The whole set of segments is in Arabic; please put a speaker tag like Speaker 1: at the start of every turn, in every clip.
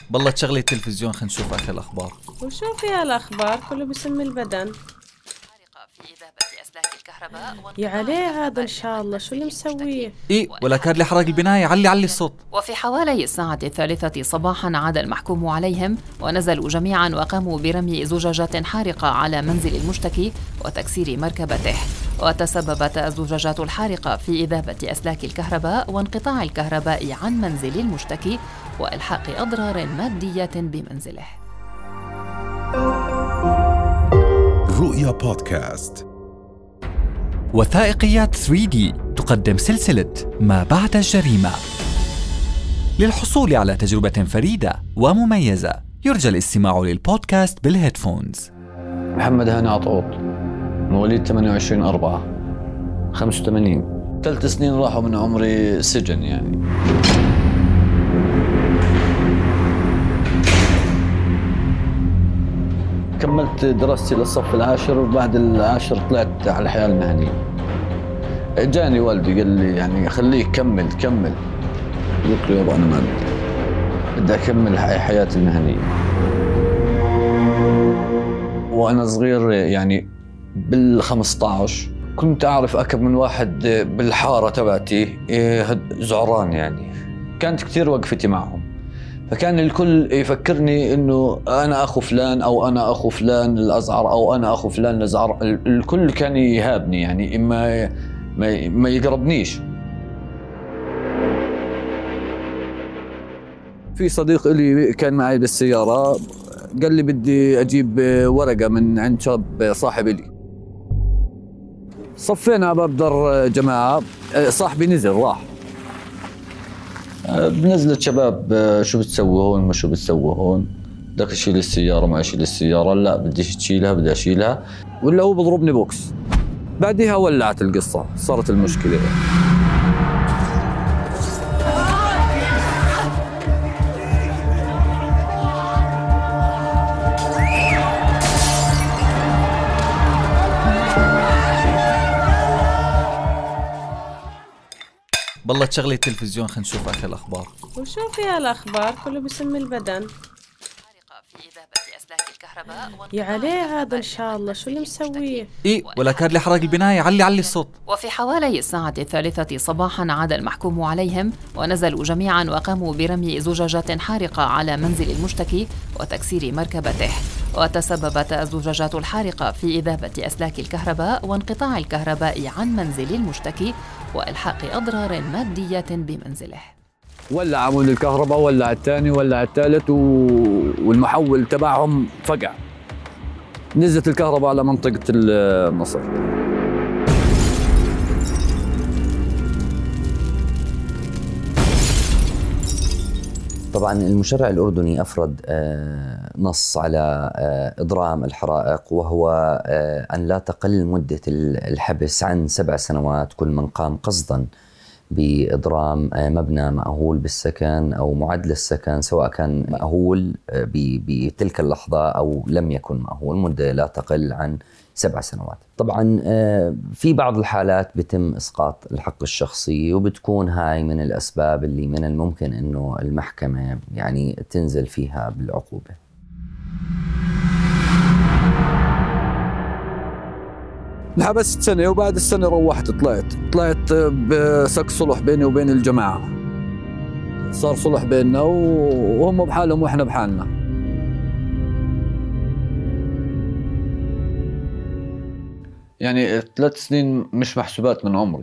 Speaker 1: بالله تشغلي التلفزيون خلينا نشوف آخر الأخبار.
Speaker 2: وشو فيها الأخبار؟ كله بسم البدن. يا عليه هذا إن شاء الله، شو اللي مسويه؟
Speaker 1: ولا كاد لي حرق البناية، علي الصوت.
Speaker 3: وفي حوالي الساعة 3 صباحا عاد المحكوم عليهم ونزلوا جميعا وقاموا برمي زجاجات حارقة على منزل المشتكي وتكسير مركبته. وتسببت الزجاجات الحارقة في إذابة أسلاك الكهرباء وانقطاع الكهرباء عن منزل المشتكي وإلحاق أضرار مادية بمنزله.
Speaker 4: رؤيا بودكاست.
Speaker 1: وثائقيات 3D تقدم سلسلة ما بعد الجريمة. للحصول على تجربة فريدة ومميزة يرجى الاستماع للبودكاست بالهيدفونز.
Speaker 5: محمد هاني عطوط، مواليد 28/4 85. 3 سنين راحوا من عمري سجن يعني. كملت دراستي للصف العاشر، وبعد العاشر طلعت على الحياة المهنية. جاني والدي قال لي يعني خليك كمل. قلت له يابا أنا ما بدي أكمل حياتي المهنية. وأنا صغير يعني بال15 كنت أعرف أكم من واحد بالحارة تبعتي زعران يعني. كانت كتير وقفتي معهم، فكان الكل يفكرني إنه أنا أخو فلان أو أنا أخو فلان الأزعر أو أنا أخو فلان الأزعر. الكل كان يهابني يعني، ما يقربنيش. في صديق إلي كان معي بالسيارة قال لي بدي أجيب ورقة من عند شاب صاحب إلي. صفينا على باب دار جماعة، صاحبي نزل راح. بنزلت شباب شو بتسوي هون، ما شو بتسوي هون، بدك تشيل السيارة ما أشيل السيارة، لا بدي تشيلها بدي أشيلها، ولا هو بضربني بوكس. بعدها ولعت القصة، صارت المشكلة.
Speaker 1: بالله تشغلي التلفزيون خلينا نشوف آخر الأخبار.
Speaker 2: وشو فيها الأخبار؟ كله بسم البدن. يا عليه هذا إن شاء الله، شو اللي مسويه؟
Speaker 1: ولا كاد لي حرق البناية، علي الصوت.
Speaker 3: وفي حوالي الساعة 3 صباحا عاد المحكوم عليهم ونزلوا جميعا وقاموا برمي زجاجات حارقة على منزل المشتكي وتكسير مركبته. وتسببت الزجاجات الحارقة في إذابة أسلاك الكهرباء وانقطاع الكهرباء عن منزل المشتكي وإلحاق أضرار مادية بمنزله.
Speaker 5: ولع عمود الكهرباء، ولع الثاني، ولع الثالث، والمحول تبعهم فقع. نزلت الكهرباء على منطقة النصر.
Speaker 6: طبعا المشرع الأردني أفرد نص على إضرام الحرائق، وهو أن لا تقل مدة الحبس عن 7 سنوات كل من قام قصدا بإضرام مبنى مأهول بالسكن أو معد للسكن، سواء كان مأهول بتلك اللحظة أو لم يكن مأهول، مدة لا تقل عن 7 سنوات. طبعا في بعض الحالات بتم إسقاط الحق الشخصي، وبتكون هاي من الأسباب اللي من الممكن أنه المحكمة يعني تنزل فيها بالعقوبة.
Speaker 5: انحبست سنة، وبعد السنة روحت طلعت بسك صلح بيني وبين الجماعة. صار صلح بيننا وهم بحالهم وإحنا بحالنا. يعني 3 سنين مش محسوبات من عمري.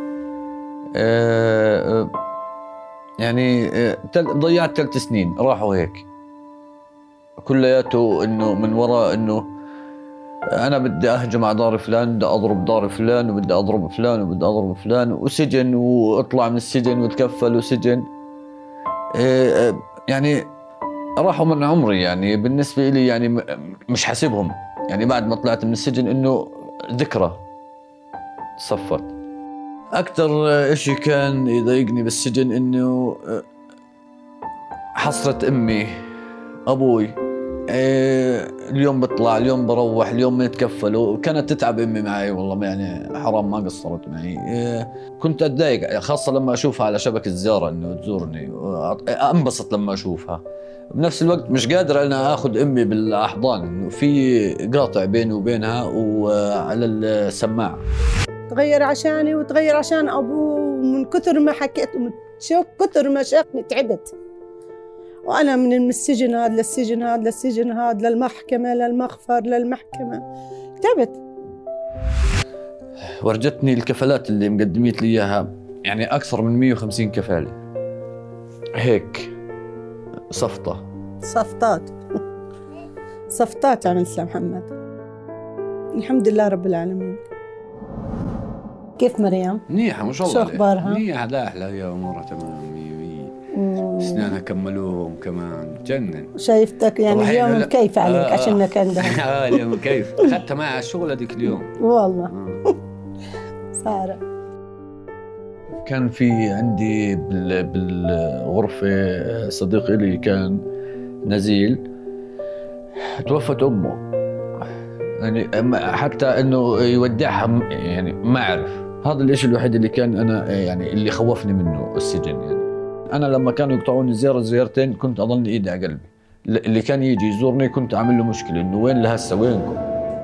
Speaker 5: يعني ضيعت 3 سنين راحوا هيك كلياته، إنه من وراء إنه أنا بدي أهجم على دار فلان، بدي أضرب دار فلان، وبدي أضرب فلان، وبدي أضرب فلان، وسجن وأطلع من السجن وتكفل وسجن. يعني راحوا من عمري يعني. بالنسبة لي يعني مش حاسبهم يعني. بعد ما طلعت من السجن إنه ذكرى صفت. أكتر إشي كان يضايقني بالسجن إنه حصرة أمي أبوي. اليوم بطلع، اليوم بروح، اليوم بنتكفل، وكانت تتعب أمي معي والله يعني حرام ما قصرت معي. كنت أتضايق خاصة لما أشوفها على شبكة الزيارة إنه تزورني، أنبسط لما أشوفها. بنفس الوقت مش قادر أنا أخذ أمي بالأحضان، إنه في قاطع بيني وبينها وعلى السماعة.
Speaker 7: تغير عشاني وتغير عشان أبوه، ومن كثر ما حكيت ومن كثر ما شافني تعبت. وأنا من السجن هذا للسجن هذا للسجن هذا للمحكمة للمخفر للمحكمة، تعبت.
Speaker 5: ورجتني الكفالات اللي مقدميت لي إياها، يعني أكثر من 150 كفالة هيك
Speaker 7: صفطات عن الإسلام محمد. الحمد لله رب العالمين. كيف مريم؟
Speaker 5: منيحة ما شاء الله.
Speaker 7: شو أخبارها؟
Speaker 5: منيحة، لا أحلى هي أمورها تمام. أسنانها كملوهم كمان، جنن.
Speaker 7: شايفتك يعني اليوم كيف عليك عشانك عندها؟
Speaker 5: اليوم كيف أخذتها معي على الشغل هذيك اليوم
Speaker 7: والله. سارة
Speaker 5: كان في عندي بالغرفة صديق لي كان نزيل، توفت أمه، يعني حتى إنه يودعها يعني ما أعرف. هذا الإشي الوحيد اللي كان أنا يعني اللي خوفني منه السجن. يعني أنا لما كانوا يقطعوني زيارتين كنت أظن إيدي على قلبي. اللي كان يجي يزورني كنت أعمل له مشكلة، إنه وين لهسه وينكم.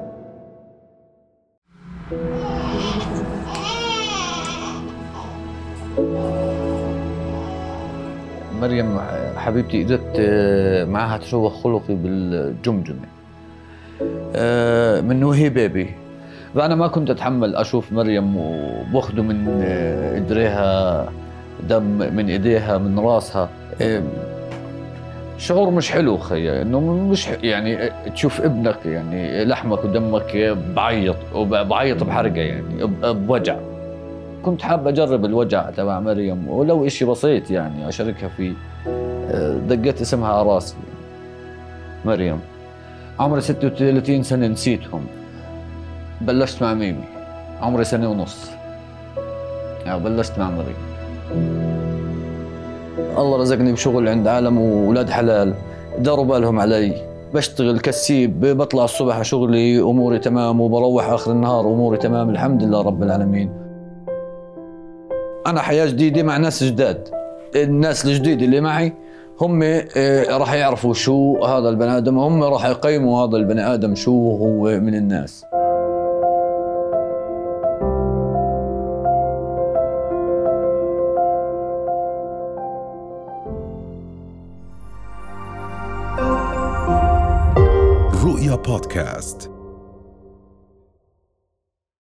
Speaker 5: مريم حبيبتي اجت معها تشوه خلقي بالجمجمة من وهي بيبي، فأنا ما كنت أتحمل أشوف مريم وباخده من إدريها دم، من إيديها، من راسها. شعور مش حلو خيا، إنه مش يعني تشوف ابنك يعني لحمك ودمك بعيط بحرقة، يعني بوجع. كنت حاب أجرب الوجع تبع مريم ولو إشي بسيط يعني أشاركها فيه. دقيت اسمها على راسي، مريم. عمري 36 سنة نسيتهم. بلشت مع ميمي عمري 1.5 سنة، بلشت مع مريم. الله رزقني بشغل عند عالم وولاد حلال، داروا بالهم علي. بشتغل كسيب، بطلع الصبح على شغلي أموري تمام، وبروح آخر النهار أموري تمام، الحمد لله رب العالمين. أنا حياة جديدة مع ناس جداد. الناس الجديد اللي معي هم راح يعرفوا شو هذا البني آدم، هم راح يقيموا هذا البني آدم شو هو من الناس.
Speaker 4: رؤيا بودكاست.